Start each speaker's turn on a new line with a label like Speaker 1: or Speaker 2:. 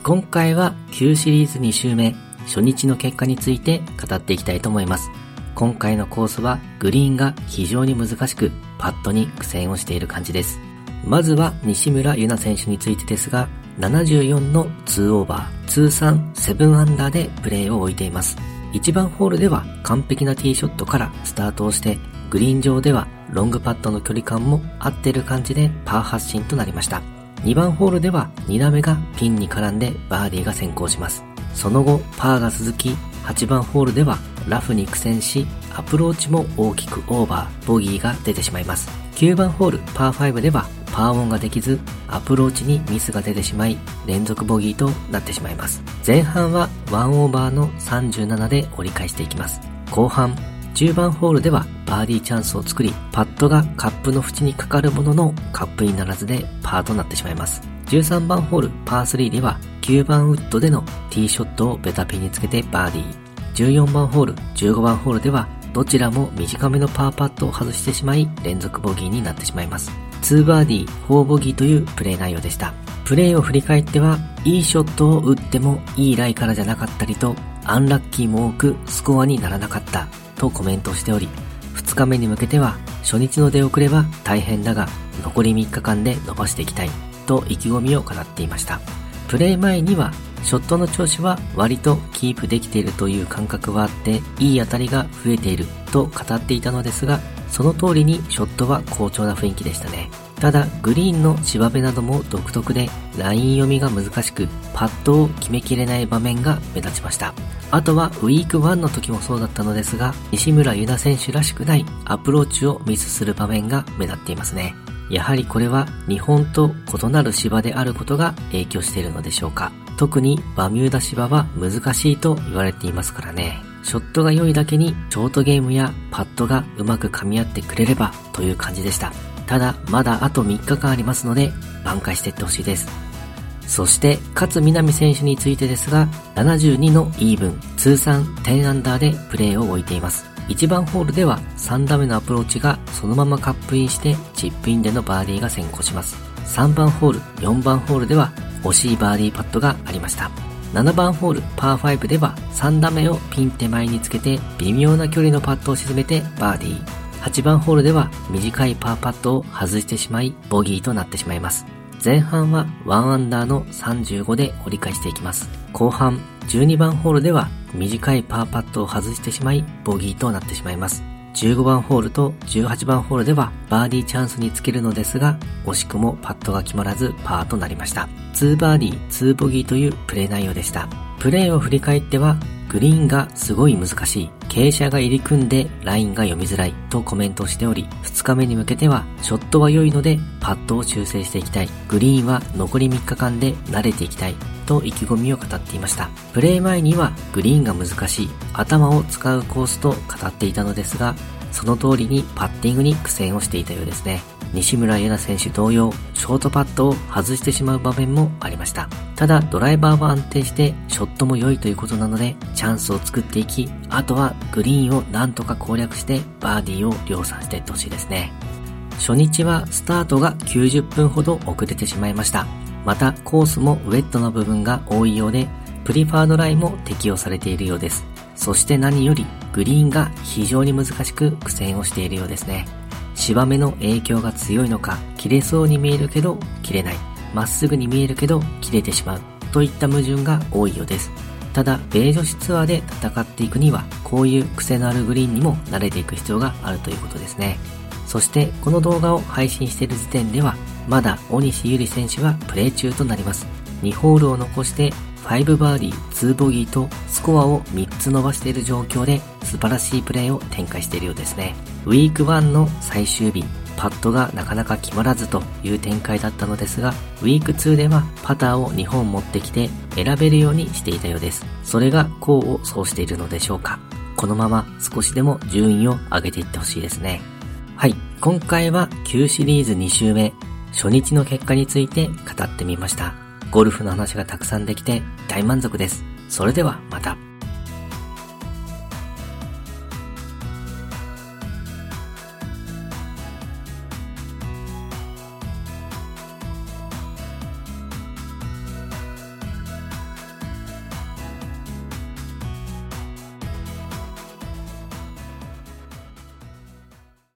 Speaker 1: 今回はQシリーズ2週目、初日の結果について語っていきたいと思います。今回のコースはグリーンが非常に難しく、パットに苦戦をしている感じです。まずは西村優菜選手についてですが、74の2オーバー、通算7アンダーでプレーを置いています。1番ホールでは完璧なティーショットからスタートをして、グリーン上ではロングパットの距離感も合っている感じでパー発進となりました。2番ホールでは2打目がピンに絡んでバーディーが先行します。その後パーが続き、8番ホールではラフに苦戦し、アプローチも大きくオーバー、ボギーが出てしまいます。9番ホールパー5ではパーオンができず、アプローチにミスが出てしまい、連続ボギーとなってしまいます。前半は1オーバーの37で折り返していきます。後半10番ホールではバーディーチャンスを作り、パットがカップの縁にかかるもののカップにならずでパーとなってしまいます。13番ホールパー3では9番ウッドでのティーショットをベタピンにつけてバーディー。14番ホール、15番ホールではどちらも短めのパーパットを外してしまい、連続ボギーになってしまいます。2バーディー、4ボギーというプレー内容でした。プレーを振り返っては、いいショットを打ってもいいライからじゃなかったりと、アンラッキーも多くスコアにならなかったとコメントしており、2日目に向けては初日の出遅れは大変だが残り3日間で伸ばしていきたいと意気込みを語っていました。プレー前にはショットの調子は割とキープできているという感覚はあって、いい当たりが増えていると語っていたのですが、その通りにショットは好調な雰囲気でしたね。ただグリーンの芝目なども独特で、ライン読みが難しく、パットを決めきれない場面が目立ちました。あとはウィーク1の時もそうだったのですが、西村優菜選手らしくないアプローチをミスする場面が目立っていますね。やはりこれは日本と異なる芝であることが影響しているのでしょうか。特にバミューダ芝は難しいと言われていますからね。ショットが良いだけにショートゲームやパットがうまく噛み合ってくれればという感じでした。ただまだあと3日間ありますので挽回していってほしいです。そして勝みなみ選手についてですが、72のイーブン、通算10アンダーでプレーを置いています。1番ホールでは3打目のアプローチがそのままカップインしてチップインでのバーディーが先行します。3番ホール、4番ホールでは惜しいバーディーパットがありました。7番ホールパー5では3打目をピン手前につけて微妙な距離のパットを沈めてバーディー。8番ホールでは短いパーパットを外してしまいボギーとなってしまいます。前半は1アンダーの35で折り返していきます。後半12番ホールでは短いパーパットを外してしまいボギーとなってしまいます。15番ホールと18番ホールではバーディーチャンスにつけるのですが、惜しくもパットが決まらずパーとなりました。2バーディー2ボギーというプレー内容でした。プレーを振り返っては、グリーンがすごい難しい、傾斜が入り組んでラインが読みづらいとコメントしており、2日目に向けてはショットは良いのでパットを修正していきたい、グリーンは残り3日間で慣れていきたいと意気込みを語っていました。プレー前にはグリーンが難しい、頭を使うコースと語っていたのですが、その通りにパッティングに苦戦をしていたようですね。西村優菜選手同様、ショートパットを外してしまう場面もありました。ただドライバーは安定してショットも良いということなので、チャンスを作っていき、あとはグリーンをなんとか攻略してバーディーを量産していってほしいですね。初日はスタートが90分ほど遅れてしまいました。またコースもウェットの部分が多いようで、プリファードラインも適用されているようです。そして何よりグリーンが非常に難しく苦戦をしているようですね。芝目の影響が強いのか、切れそうに見えるけど切れない、まっすぐに見えるけど切れてしまうといった矛盾が多いようです。ただ米女子ツアーで戦っていくには、こういう癖のあるグリーンにも慣れていく必要があるということですね。そしてこの動画を配信している時点では、まだ大西ゆり選手はプレー中となります。2ホールを残して5バーディー2ボギーとスコアを3つ伸ばしている状況で素晴らしいプレーを展開しているようですね。ウィーク1の最終日、パットがなかなか決まらずという展開だったのですが、ウィーク2ではパターを2本持ってきて選べるようにしていたようです。それが功を奏しているのでしょうか。このまま少しでも順位を上げていってほしいですね。はい、今回はQシリーズ2週目、初日の結果について語ってみました。ゴルフの話がたくさんできて大満足です。それではまた。